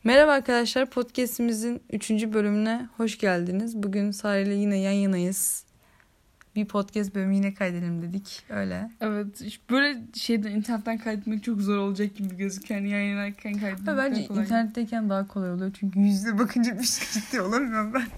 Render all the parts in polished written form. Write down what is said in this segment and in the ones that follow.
Merhaba arkadaşlar, podcastimizin 3. bölümüne hoş geldiniz. Bugün Sare ile yine yan yanayız. Bir podcast bölümü yine kaydedelim dedik, öyle. Evet, böyle internetten kaydetmek çok zor olacak gibi gözüküyor. Yani yayınlarken kaydetmek bence kolay. internetteyken daha kolay oluyor çünkü yüzüne bakınca bir şey ciddi olamıyorum ben.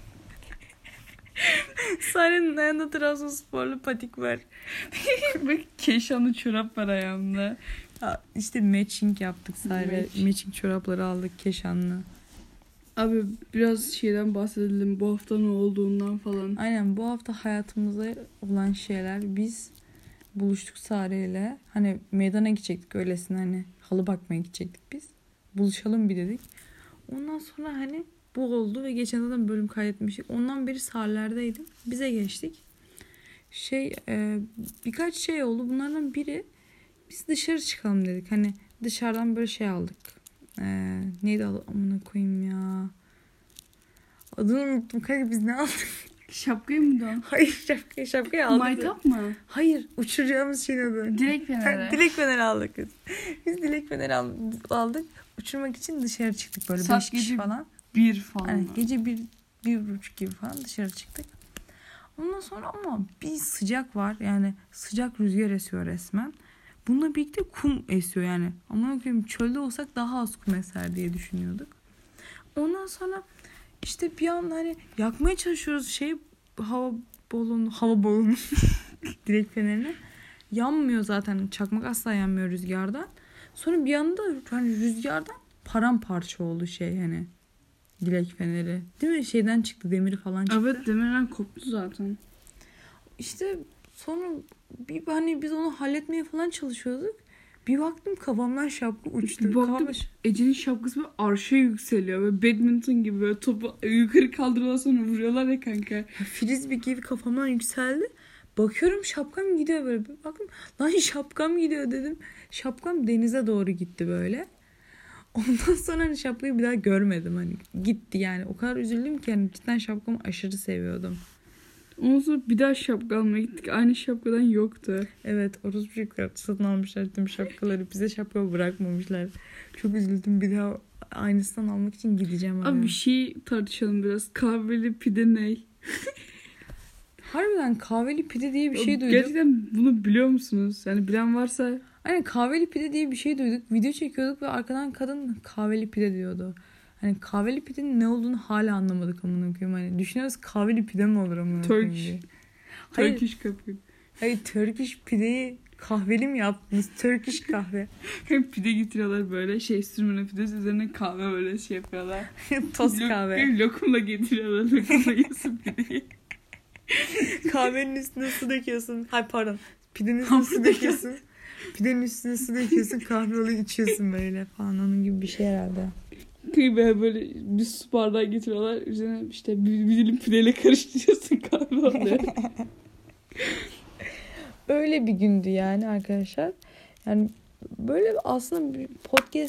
Sare'nin ayağında Trabzonsporlu patik var. Bak Keşanlı çorap var ayağımda. İşte matching yaptık Sare. Matching çorapları aldık Keşanlı. Abi biraz şeyden bahsedelim. Bu hafta ne olduğundan falan. Aynen, bu hafta hayatımızda olan şeyler. Biz buluştuk Sare ile. Hani meydana gidecektik öylesine, hani halı bakmaya gidecektik biz. Buluşalım bir dedik. Ondan sonra hani bu oldu ve geçen zaten bölüm kaydetmiştik. Ondan beri Sare'lerdeydim. Bize geçtik. Birkaç şey oldu. Bunlardan biri, biz dışarı çıkalım dedik. Hani dışarıdan böyle şey aldık. Neydi amına koyayım ya. Adını unuttum. Kanka biz ne aldık? Şapkayı mı da? Hayır, şapkayı aldık. Maytap mı? Hayır, uçuracağımız şeyin adı. Dilek feneri. Dilek feneri aldık biz. Biz dilek feneri aldık. Uçurmak için dışarı çıktık böyle 5 kişi falan. Bir falan. Yani gece 1-1.30 gibi falan dışarı çıktık. Ondan sonra ama bir sıcak var. Yani sıcak rüzgar esiyor resmen. Bununla birlikte kum esiyor yani. Aman koyayım, çölde olsak daha az kum eser diye düşünüyorduk. Ondan sonra işte bir anda hani yakmaya çalışıyoruz hava balonu direkt fenerini. Yanmıyor zaten. Çakmak asla yanmıyor rüzgardan. Sonra bir anda hani rüzgardan paramparça oldu hani dilek feneri. Değil mi? Şeyden çıktı, demiri falan çıktı. Evet, demirden koptu zaten. İşte sonra biz onu halletmeye falan çalışıyorduk. Bir baktım kafamdan şapka uçtu. Bir baktım Ece'nin şapkası böyle arşa yükseliyor. Böyle badminton gibi böyle topu yukarı kaldırıyorlar sonra vuruyorlar ya kanka. Frisbee gibi kafamdan yükseldi. Bakıyorum şapkam gidiyor böyle. Baktım lan şapkam gidiyor dedim. Şapkam denize doğru gitti böyle. Ondan sonra hani şapkayı bir daha görmedim. Hani gitti yani. O kadar üzüldüm ki hani cidden şapkamı aşırı seviyordum. Ondan sonra bir daha şapka almaya gittik. Aynı şapkadan yoktu. Evet, orospu çocuklar satın almışlar tüm şapkaları. Bize şapka bırakmamışlar. Çok üzüldüm. Bir daha aynısından almak için gideceğim. Abi bir şey tartışalım biraz. Kahveli pide ne? Harbiden kahveli pide diye bir şey duyduk. Gerçekten bunu biliyor musunuz? Yani bilen varsa. Aynen, kahveli pide diye bir şey duyduk. Video çekiyorduk ve arkadan kadın kahveli pide diyordu. Hani kahveli pidenin ne olduğunu hala anlamadık amına koyayım. Hani düşünüyoruz, kahveli pide mi olur amına koyayım diye. Turkish coffee. Hayır, Turkish pideyi kahveli mi yaptınız? Turkish kahve. Hem pide getiriyorlar böyle sürmene pidesi üzerine kahve böyle yapıyorlar. Toz kahve. Hem lokumla getiriyorlar. Lokumla yiyorsun pideyi. Kahvenin üstüne su döküyorsun. Pidenin üstüne su döküyorsun. Pidenin üstüne su döküyorsun. Kahve oluyor, içiyorsun böyle falan. Onun gibi bir şey herhalde. Böyle bir su bardağı getiriyorlar. Üzerine bir dilim pideyle karıştırıyorsun, kahve oluyor. Öyle bir gündü yani arkadaşlar. Yani böyle aslında bir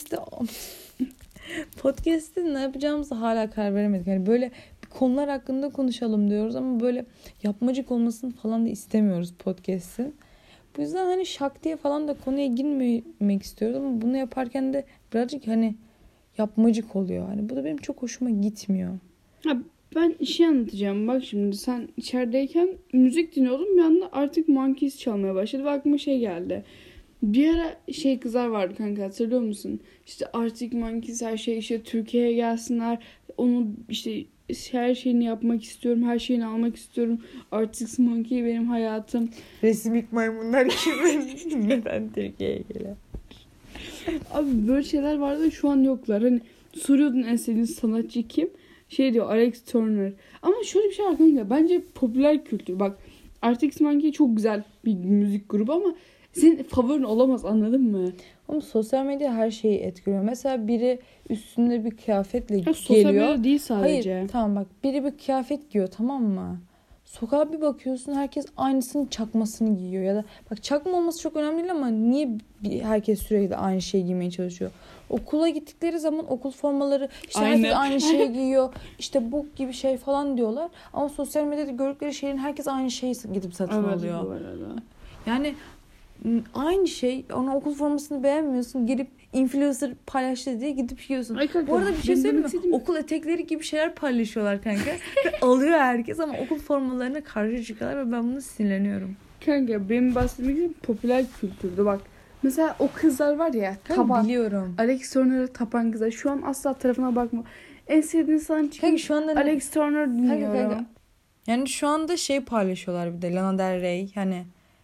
podcast'te ne yapacağımızı hala karar veremedik. Yani böyle konular hakkında konuşalım diyoruz ama böyle yapmacık olmasını falan da istemiyoruz podcast'in. Bu yüzden hani şak diye falan da konuya girmemek istiyoruz ama bunu yaparken de birazcık hani yapmacık oluyor. Hani bu da benim çok hoşuma gitmiyor. Ben anlatacağım. Bak şimdi sen içerideyken müzik dinliyordun. Bir anda Arctic Monkeys çalmaya başladı ve aklıma geldi. Bir ara kızlar vardı kanka, hatırlıyor musun? Arctic Monkeys her Türkiye'ye gelsinler. Onu her şeyini yapmak istiyorum. Her şeyini almak istiyorum. Arctic Monkey benim hayatım. Resimik maymunlar kim? Neden Türkiye'ye gelen? Abi böyle şeyler vardı da şu an yoklar. Hani soruyordun en sevdiğin sanatçı kim? Diyor Alex Turner. Ama şöyle bir şey var kanka. Bence popüler kültür. Bak Arctic Monkey çok güzel bir müzik grubu ama senin favorin olamaz, anladın mı? Ama sosyal medya her şeyi etkiliyor. Mesela biri üstünde bir kıyafetle geliyor. Sosyal medya değil sadece. Hayır, tamam bak, biri bir kıyafet giyiyor, tamam mı? Sokağa bir bakıyorsun, herkes aynısının çakmasını giyiyor. Ya da bak, çakma olması çok önemli değil ama niye herkes sürekli aynı şeyi giymeye çalışıyor? Okula gittikleri zaman okul formaları herkes aynı şeyi giyiyor. Bok gibi şey falan diyorlar. Ama sosyal medyada gördükleri şeyin herkes aynı şeyi gidip satın alıyor. Yani aynı şey, ona okul formasını beğenmiyorsun, gelip influencer paylaştı diye gidip yiyorsun. Ay kanka, bu arada bir şey söyleyeyim mi? istediğim... Okul etekleri gibi şeyler paylaşıyorlar kanka. Ve alıyor herkes ama okul formalarına karşı çıkıyorlar ve ben bunu sinirleniyorum. Kanka benim bahsetmek için popüler kültürdü bak. Mesela o kızlar var ya. Kanka biliyorum. Alex Turner'ı tapan kızlar. Şu an asla tarafına bakma. En sevdiğin sanatçı kanka şu anda Alex Turner dinliyorum. Kanka. Yani şu anda şey paylaşıyorlar bir de Lana Del Rey. Yani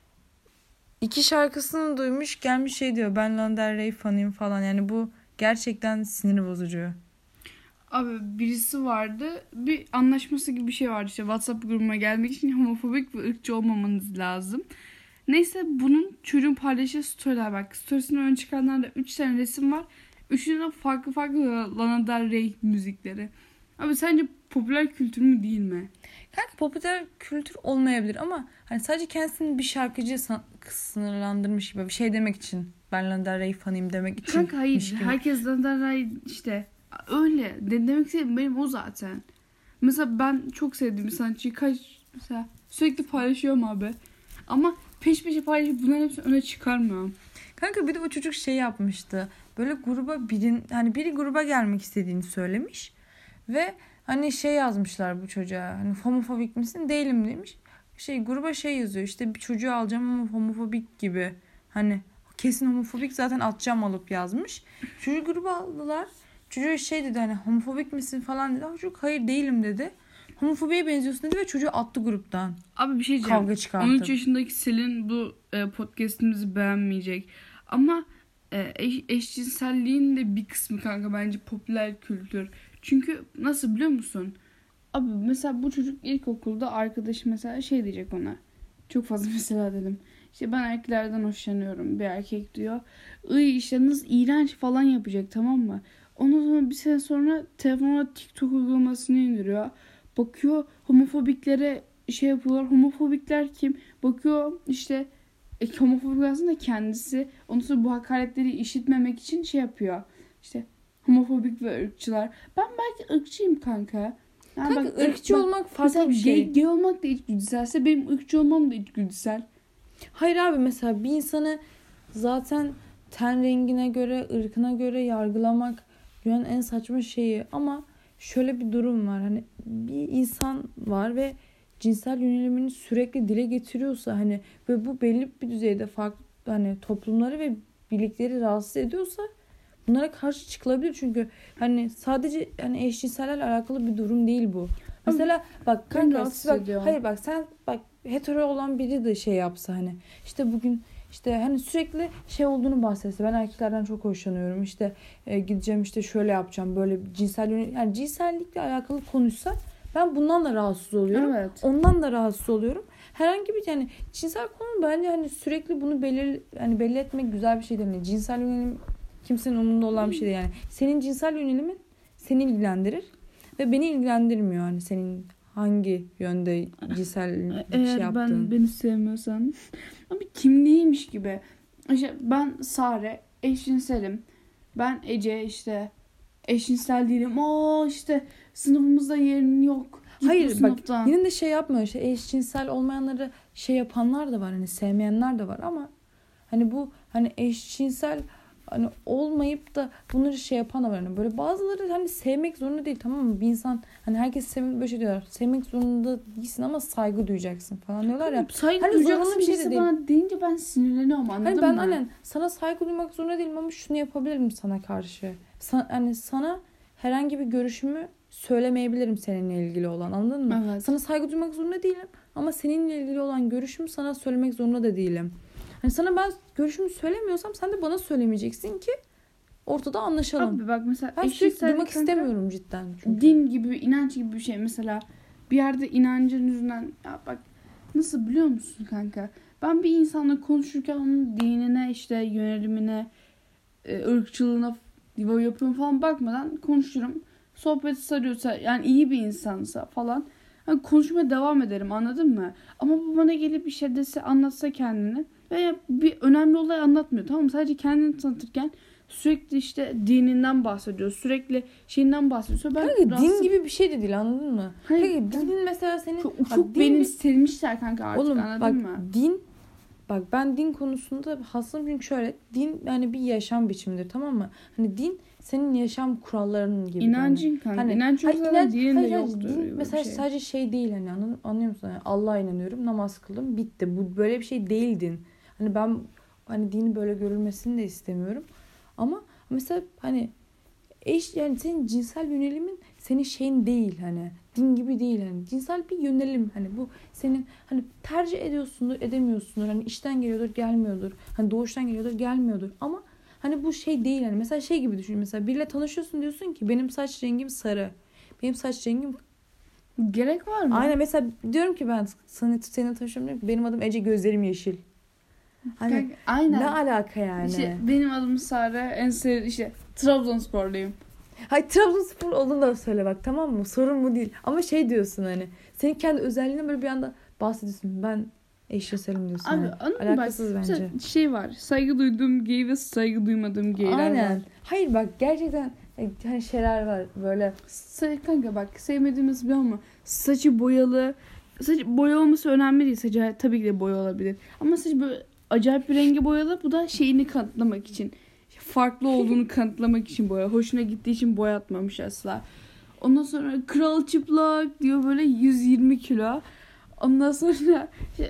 2 şarkısını duymuş gelmiş şey diyor. Ben Lana Del Rey fanıyım falan. Yani bu gerçekten sinir bozucu. Abi birisi vardı. Bir anlaşması gibi bir şey vardı işte. WhatsApp grubuma gelmek için homofobik ve ırkçı olmamanız lazım. Neyse bunun çocuğun paylaştığı storyler bak. Storiesini ön çıkanlarda 3 tane resim var. Üçünden farklı Lana Del Rey müzikleri. Abi sence popüler kültür mü değil mi? Kanka popüler kültür olmayabilir ama hani sadece kendisini bir şarkıcı sınırlandırmış gibi bir şey demek için. Ben Lana Del Rey fanıyım demek için. Kanka hayır. Herkes Lana Del Rey işte öyle. Demek istediğim benim o zaten. Mesela ben çok sevdiğim bir sanatçıyı mesela sürekli paylaşıyorum abi. Ama peş peşe paylaşıp bunların hepsini öne çıkarmıyorum. Kanka bir de o çocuk şey yapmıştı. Böyle gruba biri gruba gelmek istediğini söylemiş. Ve hani şey yazmışlar bu çocuğa. Hani homofobik misin? Değilim demiş. Gruba şey yazıyor. İşte bir çocuğu alacağım ama homofobik gibi. Hani kesin homofobik zaten atacağım alıp yazmış. Çocuğu gruba aldılar. Çocuğa şey dedi hani homofobik misin falan dedi. Çocuk hayır değilim dedi. Homofobiye benziyorsun dedi ve çocuğu attı gruptan. Abi bir şey diyeceğim. Kavga çıkarttı. 13 yaşındaki Selin bu podcast'imizi beğenmeyecek. Ama eşcinselliğin de bir kısmı kanka bence popüler kültür. Çünkü nasıl biliyor musun? Abi mesela bu çocuk ilkokulda arkadaşı mesela şey diyecek ona. Çok fazla mesela dedim. İşte ben erkeklerden hoşlanıyorum. Bir erkek diyor. İşte nasıl iğrenç falan yapacak tamam mı? Ondan sonra bir sene sonra telefona TikTok uygulamasını indiriyor. Bakıyor homofobiklere şey yapıyorlar. Homofobikler kim? Bakıyor işte homofobik aslında kendisi. Ondan sonra bu hakaretleri işitmemek için şey yapıyor. İşte homofobik ve ırkçılar. Ben belki ırkçıyım kanka. Yani kanka ırkçı olmak farklı bir şey. Gay olmak da içgüdüselse benim ırkçı olmam da içgüdüsel. Hayır abi mesela bir insanı zaten ten rengine göre, ırkına göre yargılamak dünyanın en saçma şeyi. Ama şöyle bir durum var. Hani bir insan var ve cinsel yönelimini sürekli dile getiriyorsa hani ve bu belli bir düzeyde farklı hani toplumları ve birlikleri rahatsız ediyorsa bunlara karşı çıkılabilir. Çünkü hani sadece hani eşcinsellerle alakalı bir durum değil bu. Mesela bak kanka hayır bak sen bak hetero olan biri de şey yapsa hani işte bugün işte hani sürekli şey olduğunu bahsetse ben erkeklerden çok hoşlanıyorum işte gideceğim işte şöyle yapacağım böyle yani cinsellikle alakalı konuşsa ben bundan da rahatsız oluyorum. Evet. Ondan da rahatsız oluyorum. Herhangi bir yani cinsel konu bence hani sürekli bunu belli etmek güzel bir şey değil. Yani cinsel yönelim kimsenin umurunda olan bir şey değil. Yani senin cinsel yönelimin seni ilgilendirir ve beni ilgilendirmiyor hani senin hangi yönde cinsel bir şey yaptığın. Beni sevmiyorsan. Abi kimliğiymiş gibi. İşte ben Sare, eşcinselim. Ben Ece işte eşcinsel değilim. İşte sınıfımızda yerin yok. Hayır bak yine de şey yapmıyor. İşte eşcinsel olmayanları şey yapanlar da var. Hani sevmeyenler de var ama hani bu hani eşcinsel hani olmayıp da bunları şey yapan da var. Yani böyle bazıları hani sevmek zorunda değil tamam mı? Bir insan hani herkes sevmek böyle şey diyorlar. Sevmek zorunda değilsin ama saygı duyacaksın falan diyorlar ya. Saygı hani duyacaksın bir şey de değil. Bana deyince ben sinirleniyorum anladın hani mı? Ben sana saygı duymak zorunda değilim ama şunu yapabilirim sana karşı. Hani sana herhangi bir görüşümü söylemeyebilirim seninle ilgili olan anladın mı? Evet. Sana saygı duymak zorunda değilim ama seninle ilgili olan görüşümü sana söylemek zorunda da değilim. Hani sana ben görüşümü söylemiyorsam sen de bana söylemeyeceksin ki ortada anlaşalım. Abi bak mesela ben sürekli duymak istemiyorum cidden. Çünkü. Din gibi, inanç gibi bir şey. Mesela bir yerde inancın yüzünden ya bak nasıl biliyor musun kanka? Ben bir insanla konuşurken onun dinine işte yönelimine, ırkçılığına yapıyorum falan bakmadan konuşurum. Sohbeti sarıyorsa yani iyi bir insansa falan hani konuşmaya devam ederim anladın mı? Ama bu bana gelip bir şey dese anlatsa kendini veya bir önemli olay anlatmıyor tamam mı? Sadece kendini tanıtırken sürekli işte dininden bahsediyor. Sürekli şeyinden bahsediyor. Kanka din gibi bir şey de değil anladın mı? Hayır, dinin mesela senin... Çok benimselmişler kanka artık oğlum, anladın mı? Din bak ben din konusunda hassasım çünkü şöyle din yani bir yaşam biçimidir, tamam mı? Hani din senin yaşam kuralların gibi. İnancın kanka. Hani, İnanç yoksa zaten dinin de yoktur. Din mesela şey. sadece şey değil hani anlıyor musun? Yani Allah'a inanıyorum, namaz kıldım, bitti. Bu böyle bir şey değil din. Hani ben hani dini böyle görülmesini de istemiyorum. Ama mesela hani yani senin cinsel yönelimin senin şeyin değil hani din gibi değil hani cinsel bir yönelim hani bu senin hani tercih ediyorsundur edemiyorsundur hani işten geliyordur gelmiyordur hani doğuştan geliyordur gelmiyordur ama hani bu şey değil hani mesela şey gibi düşün, mesela biriyle tanışıyorsun diyorsun ki benim saç rengim sarı, benim saç rengim Gerek var mı? aynen, mesela diyorum ki ben seninle tanışıyorum, diyorum ki benim adım Ece, gözlerim yeşil. Hani kanka, aynen. ne alaka yani? İşte benim adım Sare, en sevdiğim işte Trabzonsporluyum. Hayır, Trabzonspor olduğunu da söyle bak, tamam mı? Sorun bu değil. Ama şey diyorsun hani senin kendi özelliğinden böyle bir anda bahsediyorsun. Ben eşcinselim diyorsun. Abi yani. anladın mı? Alakasız Bak, bence. şey var. Saygı duyduğum gay ve saygı duymadığım gayler Aynen. var. Hayır bak gerçekten hani şeyler var böyle. Kanka bak sevmediğimiz bir ama saçı boyalı. Saç boya olması önemli değil. Saçı tabii ki de boya olabilir. Ama saç böyle acayip bir rengi boyalı. Bu da şeyini kanıtlamak için. Farklı olduğunu kanıtlamak için boya. Hoşuna gittiği için boyatmamış asla. Ondan sonra kral çıplak diyor böyle 120 kilo. Ondan sonra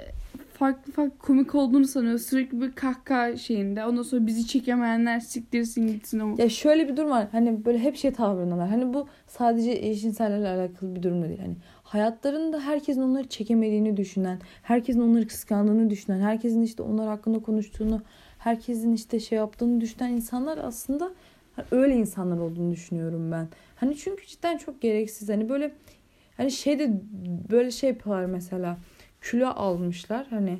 farklı komik olduğunu sanıyor. Sürekli bir kahkaha şeyinde. Ondan sonra bizi çekemeyenler siktirsin gitsin ama. Ya şöyle bir durum var. Hani böyle hep şey tavrındalar. Hani bu sadece eşcinsellerle alakalı bir durum da değil. Hani hayatlarında herkesin onları çekemediğini düşünen, herkesin onları kıskandığını düşünen, herkesin işte onlar hakkında konuştuğunu, herkesin işte şey yaptığını düşünen insanlar aslında öyle insanlar olduğunu düşünüyorum ben. Hani çünkü cidden çok gereksiz. Hani böyle hani şeyde böyle şey yapıyorlar mesela. Kilo almışlar. Hani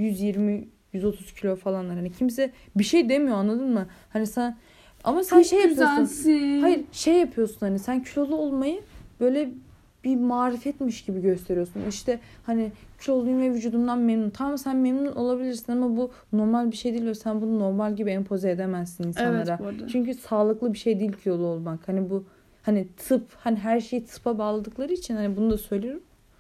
120-130 kilo falanlar. Hani kimse bir şey demiyor, anladın mı? Hani sen ama sen Çok şey yapıyorsun. güzelsin. Hayır, şey yapıyorsun hani sen kilolu olmayı böyle bir marifetmiş gibi gösteriyorsun. İşte hani kiloluyum ve vücudumdan memnun. Tamam, sen memnun olabilirsin ama bu normal bir şey değil ve sen bunu normal gibi empoze edemezsin insanlara. Evet, bu arada. Çünkü sağlıklı bir şey değil kilolu olmak. Hani bu hani tıp, hani her şeyi tıpa bağladıkları için hani bunu da söylüyorum.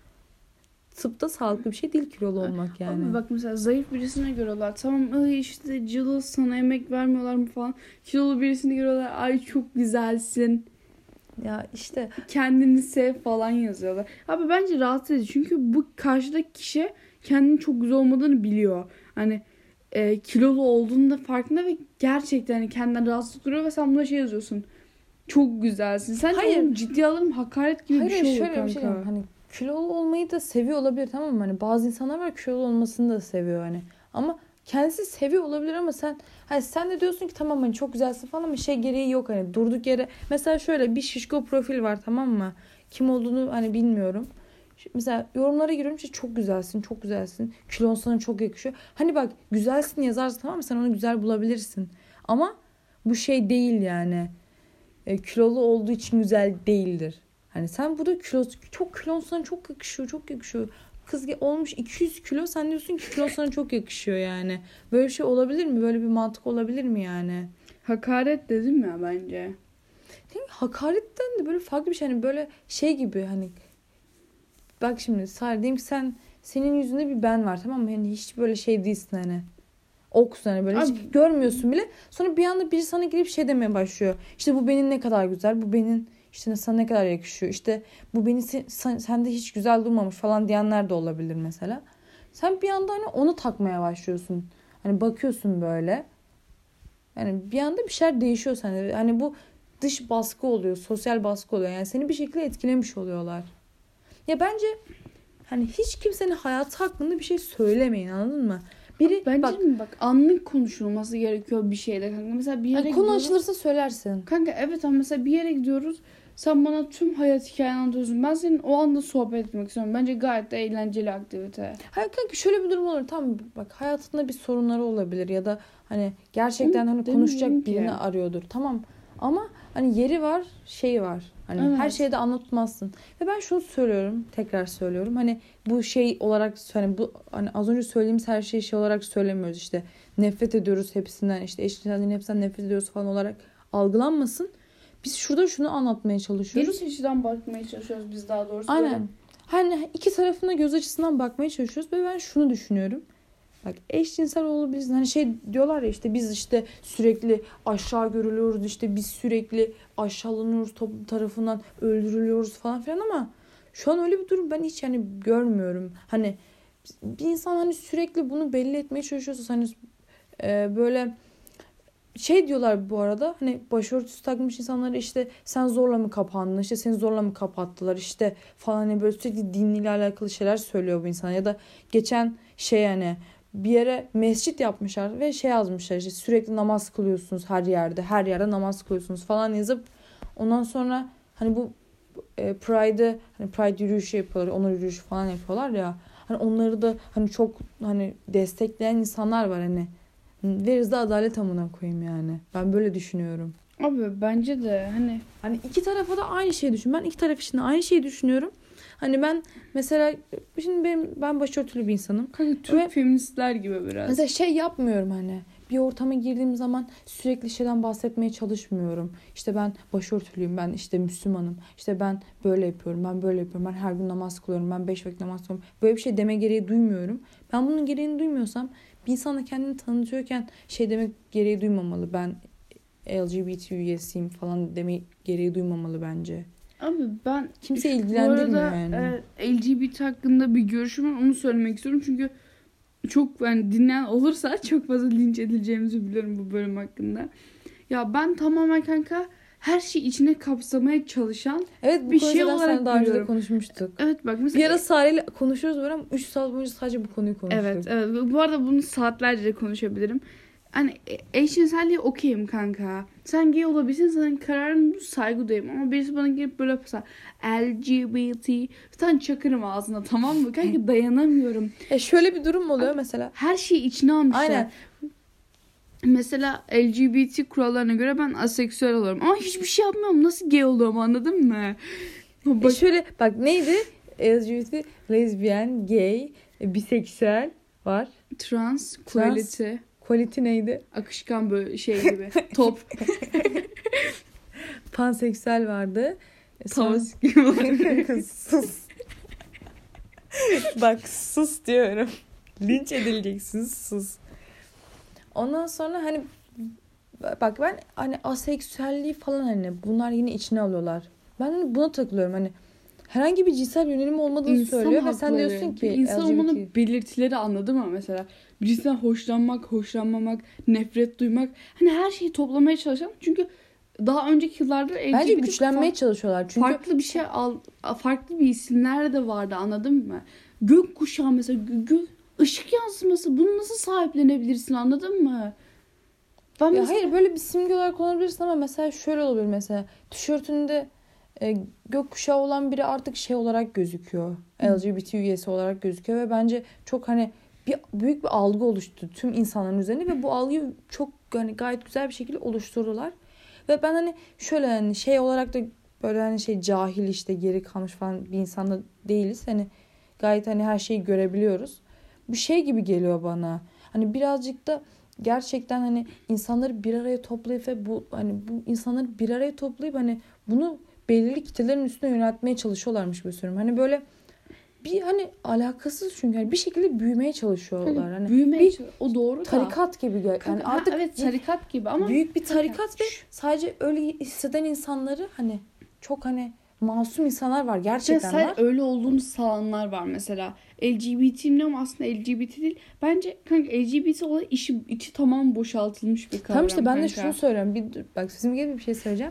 Tıpta sağlıklı bir şey değil kilolu olmak yani. Abi bak mesela zayıf birisine görüyorlar. Tamam ay işte cılız, sana emek vermiyorlar mı falan. Kilolu birisini görüyorlar. Ay çok güzelsin. Ya işte Kendini sev falan yazıyorlar. Abi bence rahatsız edici. Çünkü bu karşıdaki kişi kendinin çok güzel olmadığını biliyor. Hani kilolu olduğunu da farkında ve gerçekten hani kendinden rahatsız duruyor ve sen buna şey yazıyorsun. Çok güzelsin. Sen hayır, onu ciddiye alırım, hakaret gibi hayır, bir şey oluyor şöyle kanka. bir şey diyeyim. Hani kilolu olmayı da seviyor olabilir, tamam mı? Hani bazı insanlar var kilolu olmasını da seviyor hani. Ama kendisi seviyor olabilir ama sen de diyorsun ki tamam hani çok güzelsin falan ama şey gereği yok hani durduk yere. Mesela şöyle bir şişko profil var, tamam mı? Kim olduğunu hani bilmiyorum. Mesela yorumlara giriyorum işte çok güzelsin, çok güzelsin. Kilon sana çok yakışıyor. Hani bak güzelsin yazarsın, tamam mı? Sen onu güzel bulabilirsin. Ama bu şey değil yani. Kilolu olduğu için güzel değildir. Hani sen burada çok kilon sana çok yakışıyor, çok yakışıyor. Kız olmuş 200 kilo, sen diyorsun ki kilon sana çok yakışıyor yani. Böyle bir şey olabilir mi? Böyle bir mantık olabilir mi yani? Hakaret dedim ya bence. Değil mi? Hakaretten de böyle farklı bir şey. Hani böyle şey gibi hani bak şimdi Sare diyeyim ki senin yüzünde bir ben var, tamam mı? Hani hiç böyle şey değilsin hani. Oksun hani böyle hiç görmüyorsun bile. Sonra bir anda biri sana girip şey demeye başlıyor. İşte bu benim ne kadar güzel. Bu benim işte sana ne kadar yakışıyor. İşte bu beni sende hiç güzel durmamış falan diyenler de olabilir mesela. Sen bir anda hani onu takmaya başlıyorsun. Hani bakıyorsun böyle. Yani bir anda bir şeyler değişiyor sende. Hani bu dış baskı oluyor. Sosyal baskı oluyor. Yani seni bir şekilde etkilemiş oluyorlar. Ya bence hani hiç kimsenin hayatı hakkında bir şey söylemeyin, anladın mı? Biri Bence bak anlık konuşulması gerekiyor bir şeyde kanka. Mesela bir yere konu gidiyoruz. açılırsa söylersin. Kanka evet ama mesela bir yere gidiyoruz. Sen bana tüm hayat hikayeni anlatıyorsun. Ben senin o anda sohbet etmek istiyorum. Bence gayet de eğlenceli aktivite. Hayır kanka şöyle bir durum olur. Tamam bak hayatında bir sorunları olabilir ya da hani gerçekten hani konuşacak birini arıyordur. Tamam ama hani yeri var, şeyi var. Hani evet. Her şeyi de anlatmazsın. Ve ben şunu söylüyorum, tekrar söylüyorum. Hani bu şey olarak hani bu hani az önce söylediğimiz her şeyi şey olarak söylemiyoruz işte. Nefret ediyoruz hepsinden, işte eşcinselliğin hepsinden nefret ediyoruz falan olarak algılanmasın. Biz şurada şunu anlatmaya çalışıyoruz. Bir açıdan bakmaya çalışıyoruz biz daha doğrusu. Aynen. Hani iki tarafına göz açısından bakmaya çalışıyoruz ve ben şunu düşünüyorum. bak eşcinsel olabilirsin. Hani şey diyorlar ya işte biz işte sürekli aşağı görülüyoruz, işte biz sürekli aşağılanıyoruz, toplum tarafından öldürülüyoruz falan filan ama şu an öyle bir durum ben hiç yani görmüyorum. Hani bir insan hani sürekli bunu belli etmeye çalışıyorsa hani böyle şey diyorlar bu arada, hani başörtüsü takmış insanları işte sen zorla mı kapandın, işte seni zorla mı kapattılar işte falan, hani böyle sürekli dinle alakalı şeyler söylüyor bu insan. Ya da geçen şey yani bir yere mescit yapmışlar ve şey yazmışlar işte sürekli namaz kılıyorsunuz her yerde namaz kılıyorsunuz falan yazıp ondan sonra hani bu Pride'ı hani Pride yürüyüşü yapıyorlar, onur yürüyüşü falan yapıyorlar ya, hani onları da hani çok hani destekleyen insanlar var hani. Veririz de adalet amına koyayım yani. Ben böyle düşünüyorum. Abi bence de Hani iki tarafa da aynı şeyi düşün. Ben iki taraf için de aynı şeyi düşünüyorum. Hani ben mesela şimdi ben başörtülü bir insanım. kanka Türk Ve feministler gibi biraz. mesela şey yapmıyorum hani. Bir ortama girdiğim zaman sürekli şeyden bahsetmeye çalışmıyorum. İşte ben başörtülüyüm, ben işte Müslümanım. İşte ben böyle yapıyorum, ben böyle yapıyorum. Ben her gün namaz kılıyorum, ben 5 vakit namaz kılıyorum. Böyle bir şey deme gereği duymuyorum. Ben bunun gereğini duymuyorsam bir insan da kendini tanıtıyorken şey demek gereği duymamalı. Ben LGBT üyesiyim falan demek gereği duymamalı bence. Abi ben Kimse bu ilgilendirmiyor arada yani. LGBT hakkında bir görüşüm var. Onu söylemek istiyorum. Çünkü çok yani dinleyen olursa çok fazla linç edileceğimizi biliyorum bu bölüm hakkında. Ya ben tamamen kanka her şeyi içine kapsamaya çalışan Evet, bu bir konuyu şey zaten olarak sen daha önce de görüyorum. konuşmuştuk. Evet bak Bir mesela ara Sare'yle konuşuyoruz böyle ama 3 saat boyunca sadece bu konuyu konuştuk. evet. Bu arada bunu saatlerce de konuşabilirim. Hani eşcinselliğe okeyim kanka. Sen gay olabilirsin, senin kararın bu, saygı duyuyorum. Ama birisi bana gelip böyle yapsa LGBT sen çakırım ağzına, tamam mı? Kanka dayanamıyorum. Şöyle bir durum oluyor mesela. Her şeyi içine almışlar. Aynen. Mesela LGBT kurallarına göre ben aseksüel oluyorum. Ama hiçbir şey yapmıyorum. Nasıl gay oluyorum, anladın mı? Şöyle bak neydi? LGBT, lezbiyen, gay, biseksüel var. Trans, quality. Quality neydi? Akışkan böyle şey gibi. Top. Panseksüel vardı. Tavus gibi. Sus. Bak sus diyorum. Linç edileceksin, sus. Ondan sonra hani bak ben hani aseksüelliği falan hani bunlar yine içine alıyorlar. Ben hani buna takılıyorum hani herhangi bir cinsel yönelim olmadığını İnsan söylüyor ve hakları. sen diyorsun ki İnsan LGBT. olmanın belirtileri, anladın mı? Mesela birisinden hoşlanmak, hoşlanmamak, nefret duymak. Hani her şeyi toplamaya çalışan. Çünkü daha önceki yıllarda Bence LGBT güçlenmeye çalışıyorlar. Çünkü farklı bir şey farklı bir isimler de vardı, anladın mı? Gökkuşağı mesela, ışık yansıması, bunu nasıl sahiplenebilirsin, anladın mı? Ben ya mesela hayır böyle bir simge olarak kullanabilirsin ama mesela şöyle olabilir, mesela tişörtünde gökkuşağı olan biri artık şey olarak gözüküyor. LGBT üyesi olarak gözüküyor ve bence çok hani büyük bir algı oluştu tüm insanların üzerine ve bu algıyı çok hani gayet güzel bir şekilde oluşturdular. Ve ben hani şöyle hani şey olarak da böyle hani şey cahil işte geri kalmış falan bir insanda değiliz. Hani gayet hani her şeyi görebiliyoruz. Bu şey gibi geliyor bana. Hani birazcık da gerçekten hani insanları bir araya toplayıp ve bu hani bu insanları bir araya toplayıp hani bunu belirli kitlelerin üstüne yöneltmeye çalışıyorlarmış gibi söylüyorum. Hani böyle bir hani alakasız çünkü hani bir şekilde büyümeye çalışıyorlar. Hani bir o doğru da. tarikat gibi yani artık evet tarikat gibi ama büyük bir tarikat ve sadece öyle hisseden insanları hani çok hani masum insanlar var gerçekten var. öyle olduğunu sağlayanlar var mesela. LGBT ama aslında LGBT değil. Bence kanka LGBT olan içi tamam boşaltılmış bir kavram. Tamam işte ben kanka. de şunu söylüyorum. Bak sesim gibi bir şey söyleyeceğim.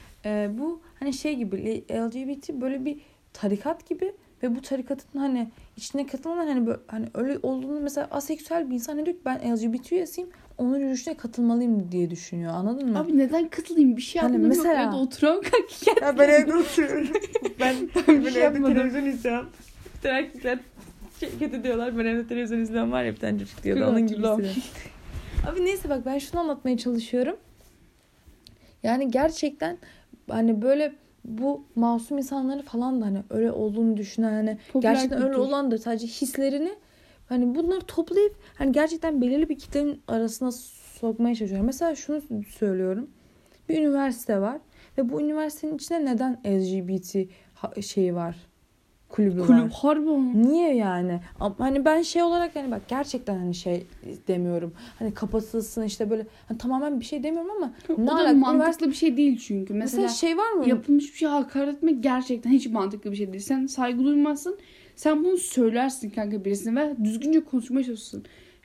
Bu hani şey gibi LGBT böyle bir tarikat gibi ve bu tarikatın hani içine katılan hani böyle, hani öyle olduğunu mesela aseksüel bir insan ne diyor ki ben LGBT üyesiyim, onun yürüyüşüne katılmalıyım diye düşünüyor, anladın mı? Abi neden katılayım? Bir şey Hani yapmadım, mesela, yok, evde oturan kanka. Ya ben evde oturuyorum. ben bir şey yapmadım. televizyon izliyorum. Bir tane erkekler kötü diyorlar. Ben evde televizyon izliyorum var ya, bir tane çocuk diyordu. Onun gibi hissediyorum. Abi neyse bak ben şunu anlatmaya çalışıyorum. Yani gerçekten hani böyle bu masum insanları falan da hani öyle olduğunu düşünen hani Popüler gerçekten öyle kültür. olan da sadece hislerini hani bunları toplayıp hani gerçekten belirli bir kitlenin arasına sokmaya çalışıyor. Mesela şunu söylüyorum. Bir üniversite var ve bu üniversitenin içinde neden LGBT şeyi var? kulübü var. Kulüp harbi ama. Niye yani? Hani ben şey olarak hani bak gerçekten hani şey demiyorum. Hani kapatılsın işte böyle hani tamamen bir şey demiyorum ama O da mantıklı bir şey değil çünkü. Mesela şey var mı? Yapılmış bir şey hakaret etmek gerçekten hiç mantıklı bir şey değil. Sen saygı duymazsın. Sen bunu söylersin kanka birisine ve düzgünce konuşmaya çalışırsın.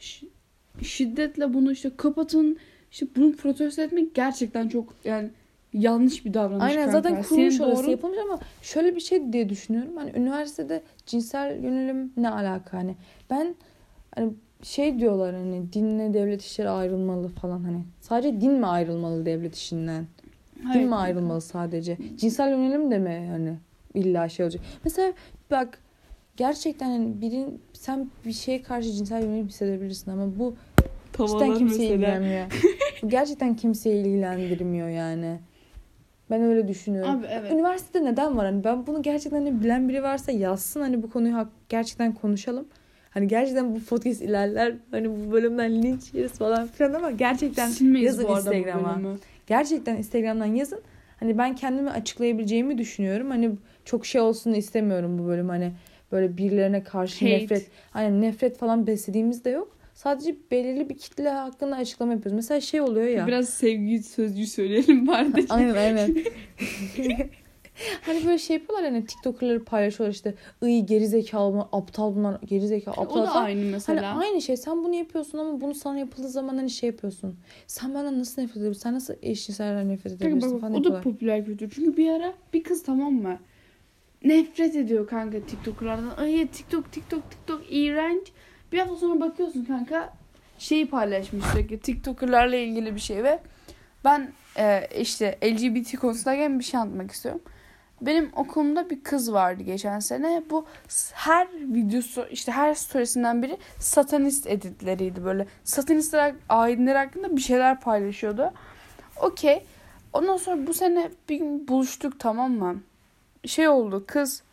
Şiddetle bunu işte kapatın. İşte bunu protesto etmek gerçekten çok yani yanlış bir davranış. Aynen kanka. zaten kurulmuş Senin orası doğru... yapılmış ama şöyle bir şey diye düşünüyorum. Hani üniversitede cinsel yönelim ne alaka hani ben hani şey diyorlar hani dinle devlet işleri ayrılmalı falan hani sadece din mi ayrılmalı devlet işinden? Hayır. Din mi ayrılmalı sadece? Cinsel yönelim de mi hani illa şey olacak? Mesela bak gerçekten hani sen bir şeye karşı cinsel yönelim hissedebilirsin ama bu cidden kimseyi ilgilenmiyor. Bu gerçekten kimseyi ilgilendirmiyor yani. Ben öyle düşünüyorum. Abi, evet. Üniversitede neden var? Hani ben bunu gerçekten hani bilen biri varsa yazsın hani bu konuyu gerçekten konuşalım. Hani gerçekten bu podcast ilerler. Hani bu bölümden linç yeriz falan filan ama gerçekten Silmeyiz yazın bu arada Instagram'a. Gerçekten Instagram'dan yazın. Hani ben kendimi açıklayabileceğimi düşünüyorum. Hani çok şey olsun istemiyorum bu bölüm. Hani böyle birilerine karşı nefret. Hani nefret falan beslediğimiz de yok. Sadece belirli bir kitle hakkında açıklama yapıyoruz. Mesela şey oluyor ya. Biraz sevgi sözcüğü söyleyelim bari de. Aynen. Hani böyle şey yapıyorlar hani TikToker'ları paylaşıyorlar işte gerizekalı mı aptal bunlar gerizekalı aptal. O da aynı mesela. Hani aynı şey sen bunu yapıyorsun ama bunu sana yapıldığı zaman hani şey yapıyorsun. Sen benden nasıl nefret edebilirsin? Sen nasıl eşcinsellerden nefret edebilirsin falan. O da popüler kültür. Çünkü bir ara bir kız tamam mı? Nefret ediyor kanka TikToker'lardan. Ay TikTok iğrenç. Bir hafta sonra bakıyorsun kanka şeyi paylaşmış sürekli TikToker'larla ilgili bir şey ve ben işte LGBT konusunda bir şey anlatmak istiyorum. Benim okulumda bir kız vardı geçen sene. Bu her videosu işte her storiesinden biri satanist editleriydi böyle. Satanistler ayinleri hakkında bir şeyler paylaşıyordu. Okey. Ondan sonra bu sene bir gün buluştuk tamam mı? Şey oldu kız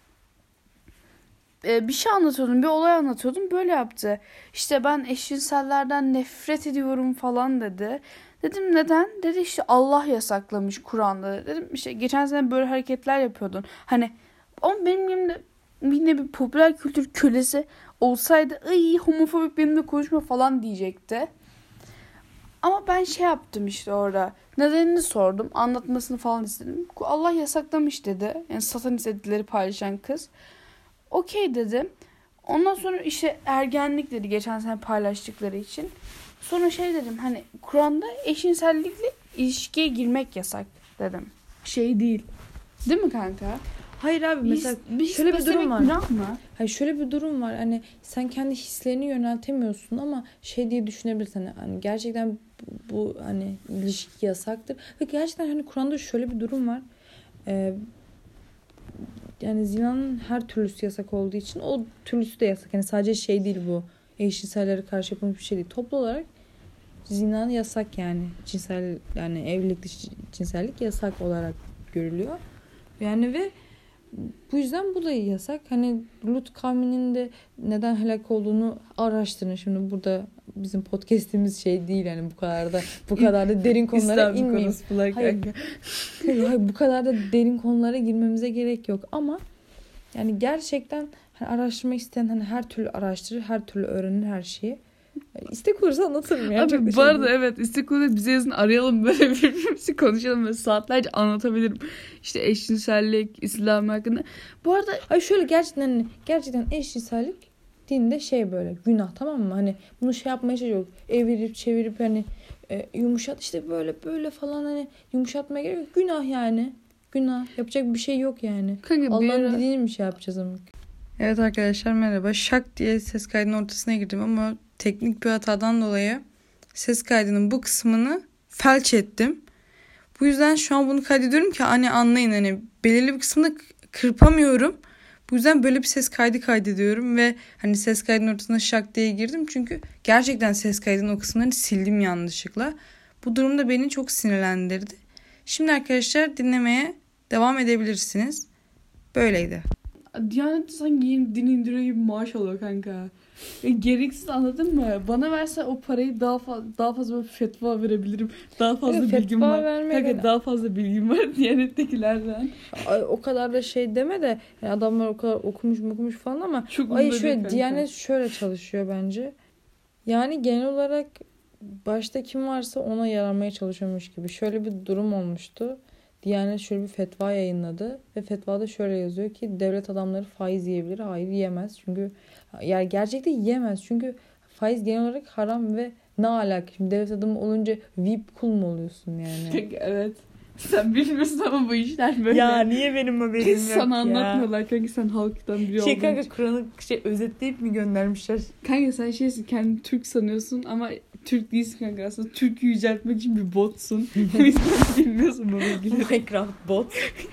bir şey anlatıyordum, bir olay anlatıyordum. Böyle yaptı. İşte ben eşcinsellerden nefret ediyorum falan dedi. Dedim neden? Dedi işte Allah yasaklamış Kur'an'da. Dedim işte geçen sene böyle hareketler yapıyordun. Hani ama benim yerimde yine bir popüler kültür kölesi olsaydı ay homofobik benimle konuşma falan diyecekti. Ama ben şey yaptım işte orada. Nedenini sordum. Anlatmasını falan istedim. Allah yasaklamış dedi. Yani satanist edileri paylaşan kız. Okey dedim. Ondan sonra işte ergenlik dedi geçen sene paylaştıkları için. Sonra şey dedim hani Kur'an'da eşcinsellikle ilişkiye girmek yasak dedim. Şey değil. Değil mi kanka? Hayır abi mesela şöyle bir durum var. Günah mı? Hayır şöyle bir durum var. Hani sen kendi hislerini yöneltemiyorsun ama şey diye düşünebilirsin. Hani gerçekten bu hani ilişki yasaktır. Ve gerçekten hani Kur'an'da şöyle bir durum var. Yani zinanın her türlüsü yasak olduğu için o türlüsü de yasak. Yani sadece şey değil bu. Eşcinsellere karşı yapılmış bir şey değil. Toplu olarak zina yasak yani. Cinsel yani evlilik dışı cinsellik yasak olarak görülüyor. Yani ve bu yüzden bu da yasak. Hani Lut kavminin de neden helak olduğunu araştırın. Şimdi burada bizim podcast'imiz şey değil yani bu kadar da derin konulara inmeyeyim. Hayır, bu kadar da derin konulara girmemize gerek yok ama yani gerçekten hani araştırmak isteyen hani her türlü araştırır, her türlü öğrenir her şeyi. İstek olursa anlatırım ya. Abi bu arada evet istek olursa bize yazın arayalım böyle birbirimizi konuşalım böyle saatlerce anlatabilirim. İşte eşcinsellik, İslam hakkında. Bu arada ay şöyle gerçekten eşcinsellik dinde şey böyle günah tamam mı? Hani bunu şey yapmaya çalışıyor. Evirip çevirip hani yumuşat işte böyle falan hani yumuşatmaya gerek yok. Günah yani. Günah. Yapacak bir şey yok yani. Allah'ın dediğini mi şey yapacağız ama. Evet arkadaşlar merhaba. Şak diye ses kaydının ortasına girdim ama teknik bir hatadan dolayı ses kaydının bu kısmını felç ettim. Bu yüzden şu an bunu kaydediyorum ki hani anlayın hani belirli bir kısmını kırpamıyorum. Bu yüzden böyle bir ses kaydı kaydediyorum ve hani ses kaydının ortasına şak diye girdim. Çünkü gerçekten ses kaydının o kısımlarını sildim yanlışlıkla. Bu durum da beni çok sinirlendirdi. Şimdi arkadaşlar dinlemeye devam edebilirsiniz. Böyleydi. Diyanet sanki yeni din indiriyor gibi maaş alıyor kanka. Gereksiz, anladın mı? Bana verse o parayı daha fazla böyle fetva verebilirim. Daha fazla Evet, bilgim fetva var. vermeden- Kanka daha fazla bilgim var Diyanet'tekilerden. Ay, o kadar da şey deme de yani adamlar o kadar okumuş falan ama Çok ay umurumda değil şöyle kanka. Diyanet şöyle çalışıyor bence. Yani genel olarak başta kim varsa ona yaramaya çalışıyormuş gibi. Şöyle bir durum olmuştu. Diyanet şöyle bir fetva yayınladı ve fetvada şöyle yazıyor ki devlet adamları faiz yiyebilir. Hayır, yiyemez. Çünkü yani gerçekten yiyemez. Çünkü faiz genel olarak haram ve ne alaka? Şimdi devlet adamı olunca VIP kul mu oluyorsun yani? Kanka evet. Sen bilmiyorsun ama bu işler böyle. Ya niye benim haberim yok Sana ya? anlatmıyorlar kanka, sen halktan biri Şey olduğun kanka için. Kur'an'ı özetleyip mi göndermişler? Kanka sen şeysin, kendini Türk sanıyorsun ama Türk değilsin kanka. Aslında Türk'ü yüceltmek için bir botsun. O yüzden bilmiyorsun bu bilgileri. Minecraft bot.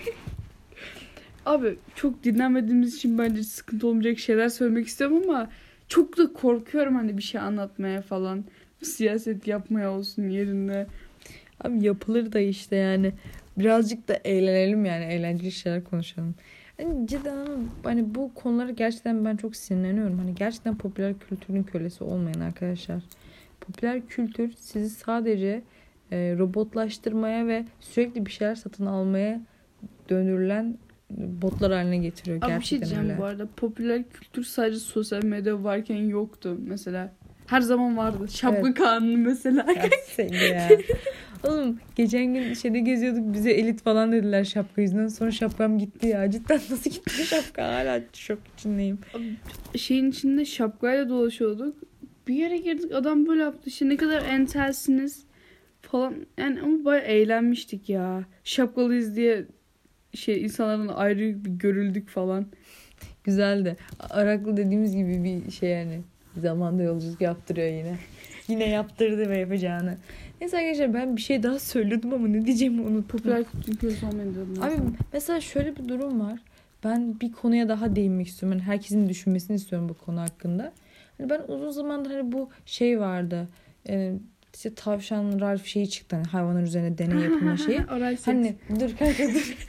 Abi çok dinlenmediğimiz için bence sıkıntı olmayacak şeyler söylemek istiyorum ama çok da korkuyorum hani bir şey anlatmaya falan. Siyaset yapmaya olsun yerinde. Abi yapılır da işte yani. Birazcık da eğlenelim yani. Eğlenceli şeyler konuşalım. Hani cidden ama hani bu konulara gerçekten ben çok sinirleniyorum. Hani gerçekten popüler kültürün kölesi olmayın arkadaşlar. Popüler kültür sizi sadece robotlaştırmaya ve sürekli bir şeyler satın almaya döndürülen botlar haline getiriyor. Abi bir şey Gerçekten diyeceğim öyle. bu arada. Popüler kültür sadece sosyal medya varken yoktu mesela. Her zaman vardı. Şapka Evet. kanunu mesela. Ya seni ya. Oğlum geçen gün şeyde geziyorduk, bize elit falan dediler şapka yüzünden, sonra şapkam gitti ya. Cidden nasıl gitti bu şapka, hala şok içindeyim. Şeyin içinde şapkayla dolaşıyorduk. Bir yere girdik, adam böyle yaptı. İşte ne kadar entelsiniz falan. Yani ama bayağı eğlenmiştik ya. Şapkalıyız diye insanların ayrı bir görüldük falan. Güzeldi. Araklı dediğimiz gibi bir şey yani. Zamanda yolculuk yaptırıyor yine. Yine yaptırdı ve yapacağını. Neyse arkadaşlar, ben bir şey daha söylüyordum ama ne diyeceğimi unuttum. Popüler kültürün kölesi olmayın diyordum. Abi mesela şöyle bir durum var. Ben bir konuya daha değinmek istiyorum. Yani herkesin düşünmesini istiyorum bu konu hakkında. Hani ben uzun zamandır hani bu şey vardı. İşte tavşan Ralph şeyi çıktı. Hani hayvanlar üzerine deney yapılma şeyi. Hani dur kanka dur.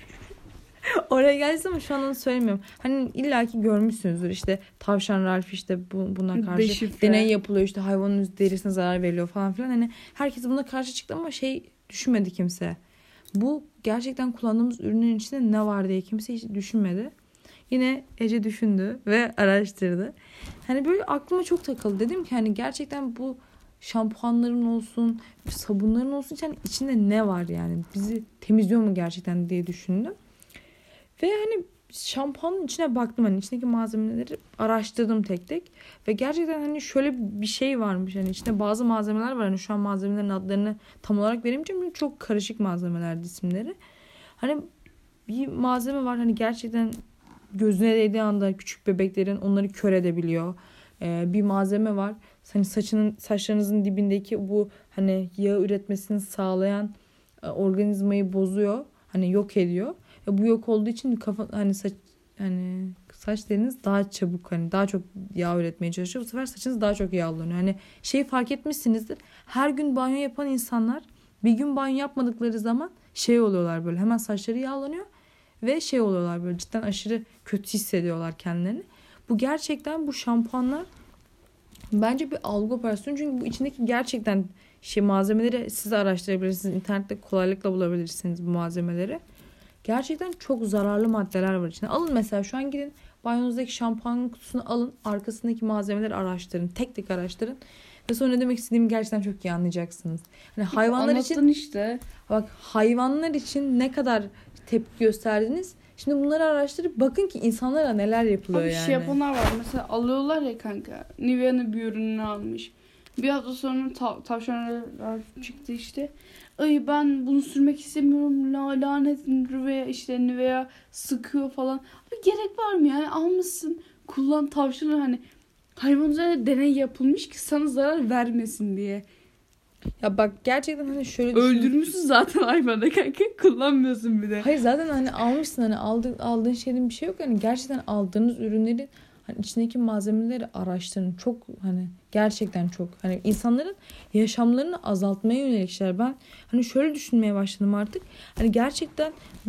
Oraya gelsin ama şu an onu söylemiyorum. Hani illaki görmüşsünüzdür işte tavşan Ralph işte buna karşı Deşifre. deney yapılıyor, işte hayvanın derisine zarar veriliyor falan filan. Hani herkes buna karşı çıktı ama şey düşünmedi kimse. Bu gerçekten kullandığımız ürünün içinde ne var diye kimse hiç düşünmedi. Yine Ece düşündü ve araştırdı. Hani böyle aklıma çok takıldı. Dedim ki hani gerçekten bu şampuanların olsun, sabunların olsun içinde ne var yani? Bizi temizliyor mu gerçekten diye düşündüm. Ve hani şampuanın içine baktım, hani içindeki malzemeleri araştırdım tek tek. Ve gerçekten hani şöyle bir şey varmış. Hani içinde bazı malzemeler var. Hani şu an malzemelerin adlarını tam olarak veremeyeceğim çünkü çok karışık malzemelerdi isimleri. Hani bir malzeme var hani gerçekten gözüne değdiği anda küçük bebeklerin onları kör edebiliyor. Bir malzeme var. Hani saçlarınızın dibindeki bu hani yağ üretmesini sağlayan organizmayı bozuyor. Hani yok ediyor. Bu yok olduğu için kafa hani saç deriniz daha çabuk hani daha çok yağ üretmeye çalışıyor. Bu sefer saçınız daha çok yağlanıyor. Hani şey fark etmişsinizdir. Her gün banyo yapan insanlar bir gün banyo yapmadıkları zaman şey oluyorlar, böyle hemen saçları yağlanıyor ve şey oluyorlar, böyle cidden aşırı kötü hissediyorlar kendilerini. Bu gerçekten bu şampuanlar bence bir algı operasyonu. Çünkü bu içindeki gerçekten malzemeleri siz araştırabilirsiniz. İnternette kolaylıkla bulabilirsiniz bu malzemeleri. Gerçekten çok zararlı maddeler var içinde. Alın mesela şu an gidin banyonuzdaki şampuanın kutusunu alın. Arkasındaki malzemeleri araştırın. Tek tek araştırın. Ve sonra ne demek istediğimi gerçekten çok iyi anlayacaksınız. Hani hayvanlar için işte. bak, hayvanlar için ne kadar tepki gösterdiniz. Şimdi bunları araştırıp bakın ki insanlara neler yapılıyor Abi yani. şey yapanlar var. Mesela alıyorlar ya kanka. Nivea'nın bir ürününü almış. Bir hafta sonra tavşanlar çıktı işte. Ay ben bunu sürmek istemiyorum. Lanet Nivea, işte Nivea sıkıyor falan. Abi gerek var mı yani? Almışsın. Kullan tavşanı, hani hayvan üzerinde deney yapılmış ki sana zarar vermesin diye. Ya bak gerçekten hani şöyle düşün. Öldürmüşsün zaten hayvanı kanka. Kullanmıyorsun bir de. Hayır zaten hani almışsın, hani aldığın şeyin bir şey yok. Hani gerçekten aldığınız ürünlerin hani içindeki malzemeleri araştırın. Çok hani gerçekten çok. Hani insanların yaşamlarını azaltmaya yönelik şeyler. Ben hani şöyle düşünmeye başladım artık. Hani gerçekten bu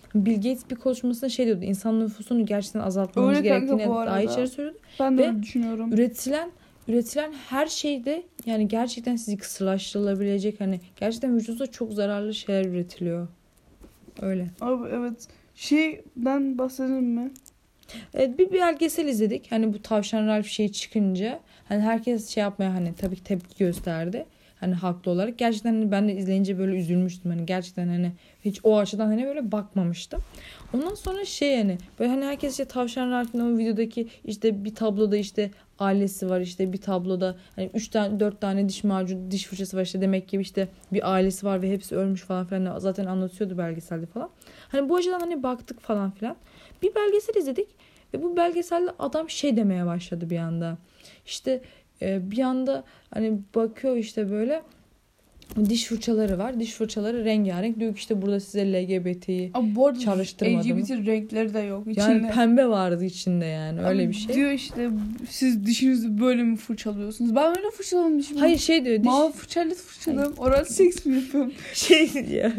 Bill Gates bir konuşmasında şey diyordu. İnsan nüfusunu gerçekten azaltmamız Öyle kanka gerektiğine bu dair arada. şeyler söylüyordu. Ben de Ve öyle düşünüyorum. Üretilen her şeyde yani gerçekten sizi kısırlaştırılabilecek hani gerçekten vücuda çok zararlı şeyler üretiliyor. Öyle. Abi evet. Şeyden bahsedelim mi? Evet, bir belgesel izledik. Hani bu Tavşan Ralph şey çıkınca hani herkes şey yapmaya hani tabii ki tepki gösterdi. Hani haklı olarak. Gerçekten hani ben de izleyince böyle üzülmüştüm. Hani gerçekten hani hiç o açıdan hani böyle bakmamıştım. Ondan sonra şey hani böyle hani herkes işte Tavşan Ralph'in o videodaki işte bir tabloda işte ailesi var, işte bir tabloda hani 3 tane 4 tane diş macunu, diş fırçası var, işte demek ki işte bir ailesi var ve hepsi ölmüş falan filan, zaten anlatıyordu belgeselde falan. Hani bu açıdan hani baktık falan filan. Bir belgesel izledik ve bu belgeselde adam şey demeye başladı bir anda. İşte bir anda hani bakıyor işte böyle diş fırçaları var. Diş fırçaları rengarenk. Diyor ki işte burada size LGBT'yi Abi bu arada çalıştırmadım. LGBT renkleri de yok içinde. Yani pembe vardı içinde yani. Öyle Abi bir şey. diyor işte siz dişinizi böyle mi fırçalıyorsunuz? Ben öyle fırçaladım dişimi. Hayır şey diyor. Mavi fırçayla fırçaladım. Oral seks mi yapıyorum? Şey diyor.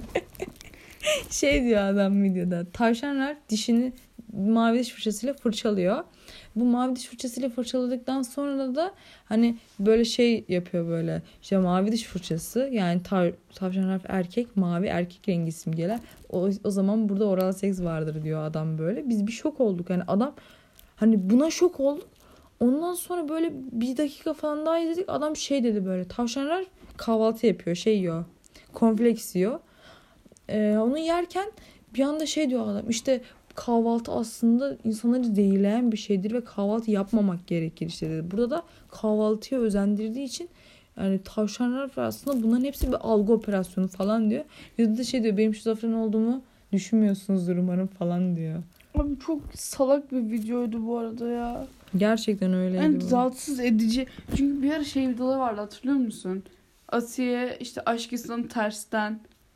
Şey diyor adam videoda. Tavşanlar dişini mavi diş fırçasıyla fırçalıyor. Bu mavi diş fırçasıyla fırçaladıktan sonra da hani böyle şey yapıyor böyle. İşte mavi diş fırçası yani tavşanlar erkek, mavi erkek rengi simgeler. O zaman burada oral seks vardır diyor adam böyle. Biz bir şok olduk. Yani adam hani buna şok olduk. Ondan sonra böyle bir dakika falan daha izledik. Adam şey dedi böyle. Tavşanlar kahvaltı yapıyor. Şey yiyor. Cornflakes yiyor. Onu yerken bir anda şey diyor adam. İşte kahvaltı aslında insanları zehirleyen bir şeydir ve kahvaltı yapmamak gerekir işte dedi. Burada da kahvaltıya özendirdiği için yani tavşanlar aslında bunların hepsi bir algı operasyonu falan diyor. Ya da şey diyor, benim şizofren olduğumu düşünmüyorsunuzdur umarım falan diyor. Abi çok salak bir videoydu bu arada ya. Gerçekten öyleydi Yani bu. rahatsız edici. Çünkü bir ara şey videoları vardı, hatırlıyor musun? Asiye işte Aşk İslam'ı tersten.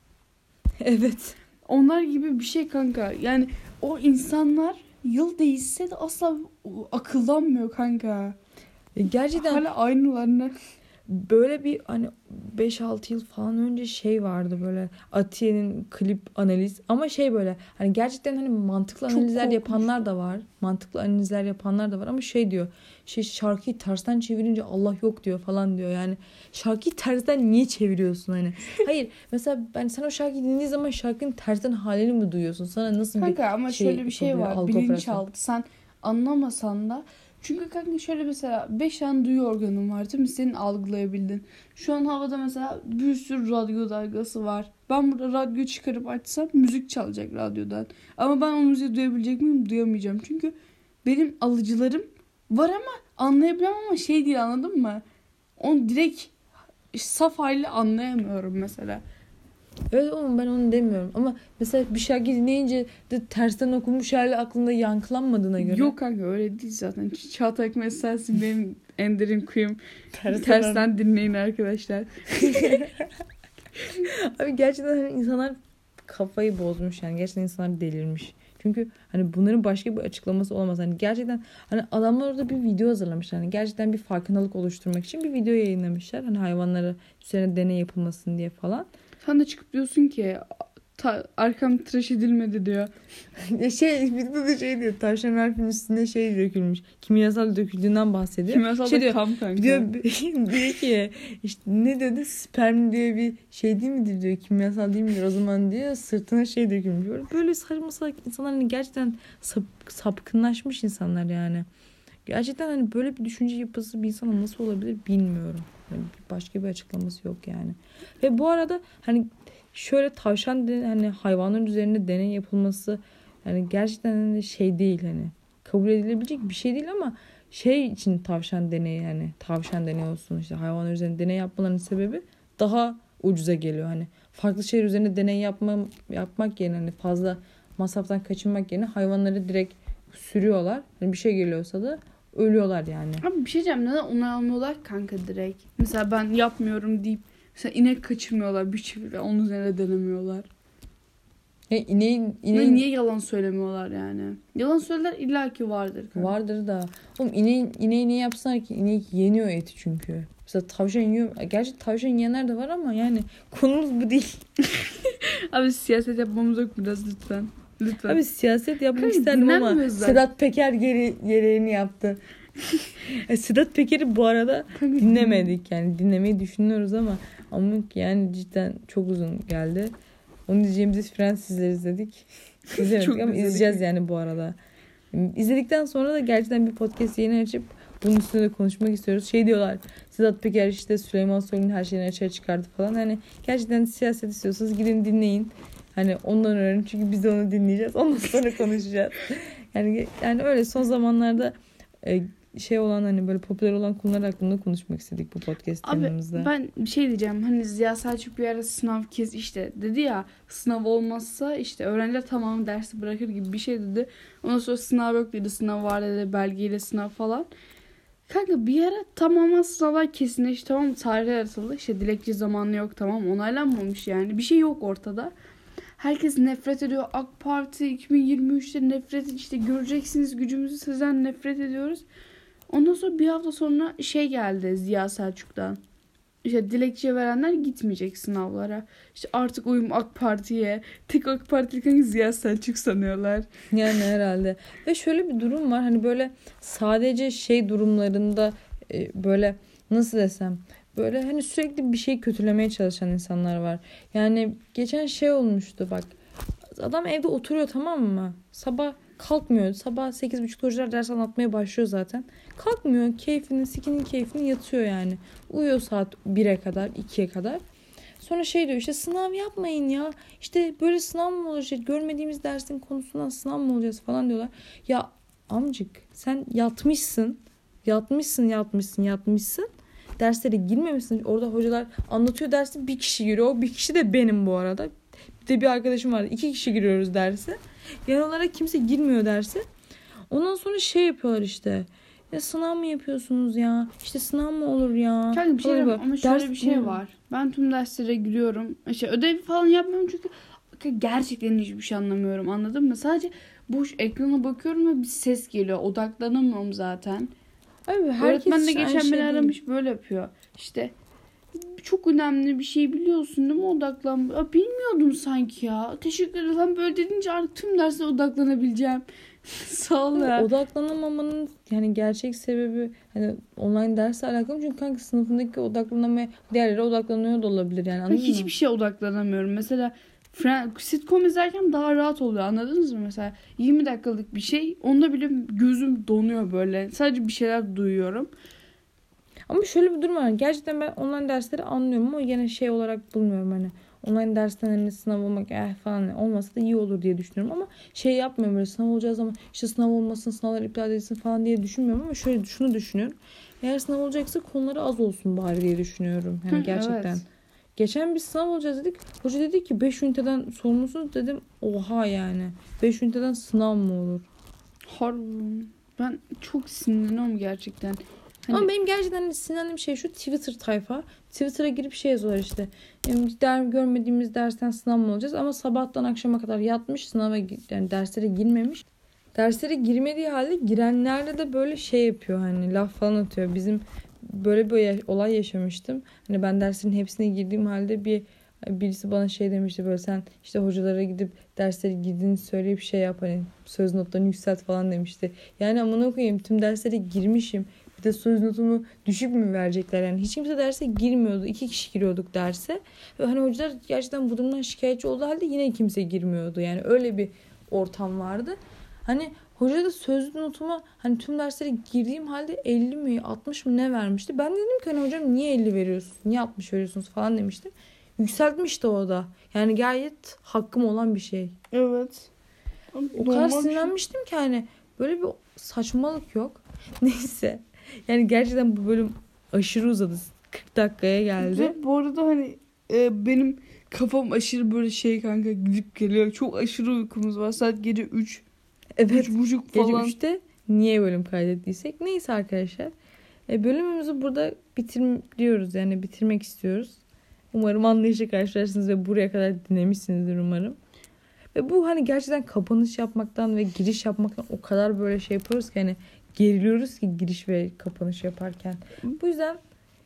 Evet. Onlar gibi bir şey kanka. Yani o insanlar yıl değişse de asla akıllanmıyor kanka. Gerçekten Hala aynılarını. böyle bir hani 5-6 yıl falan önce şey vardı böyle Atiye'nin klip analiz ama şey böyle hani gerçekten hani mantıklı Çok analizler korkunç. yapanlar da var. Mantıklı analizler yapanlar da var ama şey diyor. Şey şarkıyı tersten çevirince Allah yok diyor falan diyor. Yani şarkıyı tersten niye çeviriyorsun hani? Hayır mesela sen o şarkıyı dinlediğin zaman şarkının tersten halini mi duyuyorsun? Sana nasıl Kanka bir ama şey şöyle bir şey yapıyor, var. algı operasyonu? Bilinçaltı. Sen anlamasan da. Çünkü kanka şöyle mesela 5 tane duyu organın var değil mi? Senin algılayabildin. Şu an havada mesela bir sürü radyo dalgası var. Ben burada radyo çıkarıp açsam müzik çalacak radyodan. Ama ben o müziği duyabilecek miyim? Duyamayacağım. Çünkü benim alıcılarım var ama anlayabilemem ama şey değil, anladın mı? Onu direkt saf haliyle anlayamıyorum mesela. Evet oğlum ben onu demiyorum ama mesela bir şarkı dinleyince de tersten okunmuş hali aklında yankılanmadığına göre. Yok kanka öyle değil zaten. Çağatay Akmes sensin benim en derin kuyum. Tersten Tersten dinleyin arkadaşlar. Abi gerçekten hani insanlar kafayı bozmuş yani. Gerçekten insanlar delirmiş. Çünkü hani bunların başka bir açıklaması olamaz. Hani gerçekten hani adamlar orada bir video hazırlamışlar. Hani gerçekten bir farkındalık oluşturmak için bir video yayınlamışlar. Hani hayvanlara üzerine deney yapılmasın diye falan. Sen de çıkıp diyorsun ki arkam tıraş edilmedi diyor. Videoda da şey diyor. Tavşan harfinin üstüne şey dökülmüş. Kimyasal döküldüğünden bahsediyor. Kimyasal şey da diyor, kam kanka. diyor ki işte ne dedi, sperm diye bir şey değil midir diyor, kimyasal değil midir o zaman diyor, sırtına şey dökülmüş. Böyle saçma salak insanlar hani gerçekten sapkınlaşmış insanlar yani. Gerçekten hani böyle bir düşünce yapısı bir insana nasıl olabilir bilmiyorum. Yani başka bir açıklaması yok yani. Ve bu arada hani şöyle tavşan hani hayvanların üzerinde deney yapılması yani gerçekten hani şey değil, hani kabul edilebilecek bir şey değil ama şey için tavşan deneyi, hani tavşan deneyi olsun işte hayvanlar üzerinde deney yapmalarının sebebi daha ucuza geliyor. Hani farklı şeyler üzerinde deney yapmak yerine hani fazla masraftan kaçınmak yerine hayvanları direkt sürüyorlar. Hani bir şey geliyorsa da ölüyorlar yani. Abi bir şey diyeceğim, neden onu almıyorlar kanka direkt? Mesela ben yapmıyorum deyip mesela inek kaçırmıyorlar bir çift ve onun üzerine denemiyorlar. İneğin Niye yalan söylemiyorlar yani? Yalan söyler illaki vardır kanka. vardır da. Oğlum ineği niye yapsınlar ki? İnek yeniyor eti çünkü. Mesela tavşan yiyor. Gerçi tavşan yiyenler de var ama yani konumuz bu değil. Abi siyaset yapmamız yok biraz lütfen. Lütfen. Abi siyaset yapmak Kanka, isterdim ama dinlenmiyoruz zaten. Sedat Peker gereğini yaptı. Sedat Peker'i bu arada Kanka, dinlemedik yani dinlemeyi düşünüyoruz ama yani cidden çok uzun geldi. Onu diyeceğimizi Fransızlar izledik. İzlemedik Çok ama izledik. izleyeceğiz yani bu arada. İzledikten sonra da gerçekten bir podcast yayını açıp bunun üstüne de konuşmak istiyoruz. Şey diyorlar, Sedat Peker işte Süleyman Soylu'nun her şeyini açığa çıkardı falan. Hani gerçekten siyaset istiyorsanız gidin dinleyin. Hani ondan öğrenin çünkü biz de onu dinleyeceğiz. Ondan sonra konuşacağız. Yani öyle son zamanlarda şey olan hani böyle popüler olan konular hakkında konuşmak istedik bu podcast Abi yayınımızda. ben bir şey diyeceğim. Hani Ziya Selçuk bir ara sınav kez işte dedi ya, sınav olmazsa işte öğrenciler tamamı dersi bırakır gibi bir şey dedi. Ondan sonra sınav yok dedi. Sınav var dedi. Belgeyle sınav falan. Kanka bir ara tamamen sınavlar kesinleşti, tamam mı? Tarihler atıldı. İşte dilekçe zamanı yok, tamam mı? Onaylanmamış yani. Bir şey yok ortada. Herkes nefret ediyor. AK Parti 2023'te nefret, işte göreceksiniz gücümüzü, sizden nefret ediyoruz. Ondan sonra bir hafta sonra şey geldi Ziya Selçuk'tan. İşte dilekçe verenler gitmeyecek sınavlara. İşte artık uyum AK Parti'ye. Tek AK Partili kanka Ziya Selçuk sanıyorlar. Yani herhalde. Ve şöyle bir durum var. Hani böyle sadece şey durumlarında böyle nasıl desem böyle hani sürekli bir şey kötülemeye çalışan insanlar var. Yani geçen şey olmuştu bak. Adam evde oturuyor, tamam mı? Sabah kalkmıyor. Sabah 8.30'da hocalar ders anlatmaya başlıyor zaten. Kalkmıyor. Sikinin keyfini yatıyor yani. Uyuyor saat 1'e kadar, 2'ye kadar. Sonra şey diyor işte sınav yapmayın ya. İşte böyle sınav mı olacak? Görmediğimiz dersin konusundan sınav mı olacağız falan diyorlar. Ya amcık sen yatmışsın. Yatmışsın. Derslere girmemişsin. Orada hocalar anlatıyor dersi, bir kişi giriyor. O bir kişi de benim bu arada. Bir de bir arkadaşım vardı. 2 kişi giriyoruz derse. Genel olarak kimse girmiyor derse. Ondan sonra şey yapıyorlar işte. Ya sınav mı yapıyorsunuz ya? İşte sınav mı olur ya? Kanka bir şey Falan diyeyim ama böyle. şöyle bir şey var. Ben tüm derslere giriyorum. İşte ödev falan yapmıyorum çünkü gerçekten hiçbir şey anlamıyorum, anladın mı? Sadece boş ekrana bakıyorum ve bir ses geliyor. Odaklanamıyorum zaten. Abi herkes Öğretmen de aynı geçen şey beni değil. aramış, böyle yapıyor. İşte çok önemli bir şey biliyorsun değil mi? Odaklan. Ya bilmiyordum sanki ya. Teşekkür ederim. Böyle dedince artık tüm derse odaklanabileceğim. Sağ ol ya. Odaklanamamanın yani gerçek sebebi hani online dersle alakalı, çünkü kanka sınıfındaki odaklanamaya diğerleri odaklanıyor da olabilir yani, anladın mı? Hiçbir şeye odaklanamıyorum. Mesela sitcom izlerken daha rahat oluyor, anladınız mı? Mesela 20 dakikalık bir şey, onda bile gözüm donuyor böyle. Sadece bir şeyler duyuyorum. Ama şöyle bir durum var. Gerçekten ben online dersleri anlıyorum ama yine şey olarak bulmuyorum hani. Online dersten hani sınav olmak falan olmasa da iyi olur diye düşünüyorum ama şey yapmıyorum, böyle sınav olacağız ama işte sınav olmasın, sınavlar iptal edilsin falan diye düşünmüyorum ama şunu düşünüyorum. Eğer sınav olacaksa konuları az olsun bari diye düşünüyorum. Yani gerçekten. Evet. Geçen bir sınav olacağız dedik. Hoca dedi ki 5 üniteden sorumlusunuz, dedim. Oha yani. 5 üniteden sınav mı olur? Harbiden. Ben çok sinirleniyorum gerçekten. Hani... Ama benim gerçekten sinirlendiğim şey şu: Twitter tayfa. Twitter'a girip şey yazıyorlar işte. Görmediğimiz dersten sınav mı olacağız? Ama sabahtan akşama kadar yatmış, sınava yani derslere girmemiş. Derslere girmediği halde girenlerle de böyle şey yapıyor, hani laf falan atıyor. Bizim böyle bir olay yaşamıştım. Hani ben derslerin hepsine girdiğim halde birisi bana şey demişti, böyle sen işte hocalara gidip derslere girdiğini söyleyip şey yap, hani söz notlarını yükselt falan demişti. Yani amına koyayım, tüm derslere girmişim. Bir de söz notumu düşük mü verecekler yani? Hiç kimse derse girmiyordu. 2 kişi giriyorduk derse. Ve hani hocalar gerçekten bu durumdan şikayetçi olduğu halde yine kimse girmiyordu. Yani öyle bir ortam vardı. Hani hoca da sözlü notuma hani tüm derslere girdiğim halde 50 mi 60 mı ne vermişti. Ben dedim ki hani hocam niye 50 veriyorsunuz? Niye 60 veriyorsunuz falan demiştim. Yükseltmişti o da. Yani gayet hakkım olan bir şey. Evet. O kadar sinirlenmiştim ki hani böyle bir saçmalık yok. Neyse. Yani gerçekten bu bölüm aşırı uzadı. 40 dakikaya geldi. Ve bu arada hani benim kafam aşırı böyle şey kanka, gidip geliyor. Çok aşırı uykumuz var. Saat gece 3. Evet. 3:30 falan. Gece 3'te niye bölüm kaydettiysek. Neyse arkadaşlar. Bölümümüzü burada bitiriyoruz. Yani bitirmek istiyoruz. Umarım anlayışla karşılarsınız ve buraya kadar dinlemişsinizdir umarım. Ve bu hani gerçekten kapanış yapmaktan ve giriş yapmaktan o kadar böyle şey yapıyoruz ki hani geriliyoruz ki giriş ve kapanış yaparken. Bu yüzden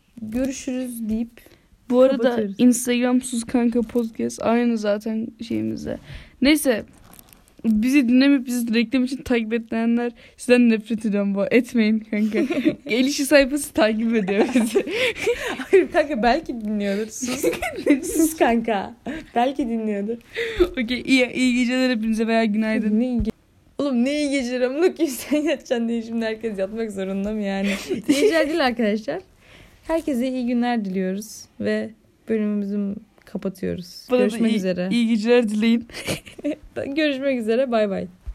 görüşürüz deyip Bu arada kapatıyoruz. Instagram sus kanka podcast aynı zaten şeyimizde. Neyse Bizi dinlemeyip bizi reklam için takip edenler sizden nefret ediyorum bu. Etmeyin kanka. El işi sayfası takip ediyor bizi. Hayır kanka belki dinliyordur. Sus. Sus kanka. Belki dinliyordur. Okey, iyi geceler hepinize veya günaydın. Ne iyi Oğlum ne iyi geceler. Amına koyayım sen yatacaksın diye şimdi herkes yatmak zorunda mı yani? İyi geceler değil arkadaşlar. Herkese iyi günler diliyoruz ve bölümümüzü kapatıyoruz. Bana da Görüşmek üzere. İyi geceler dileyin. Görüşmek üzere. Bay bay.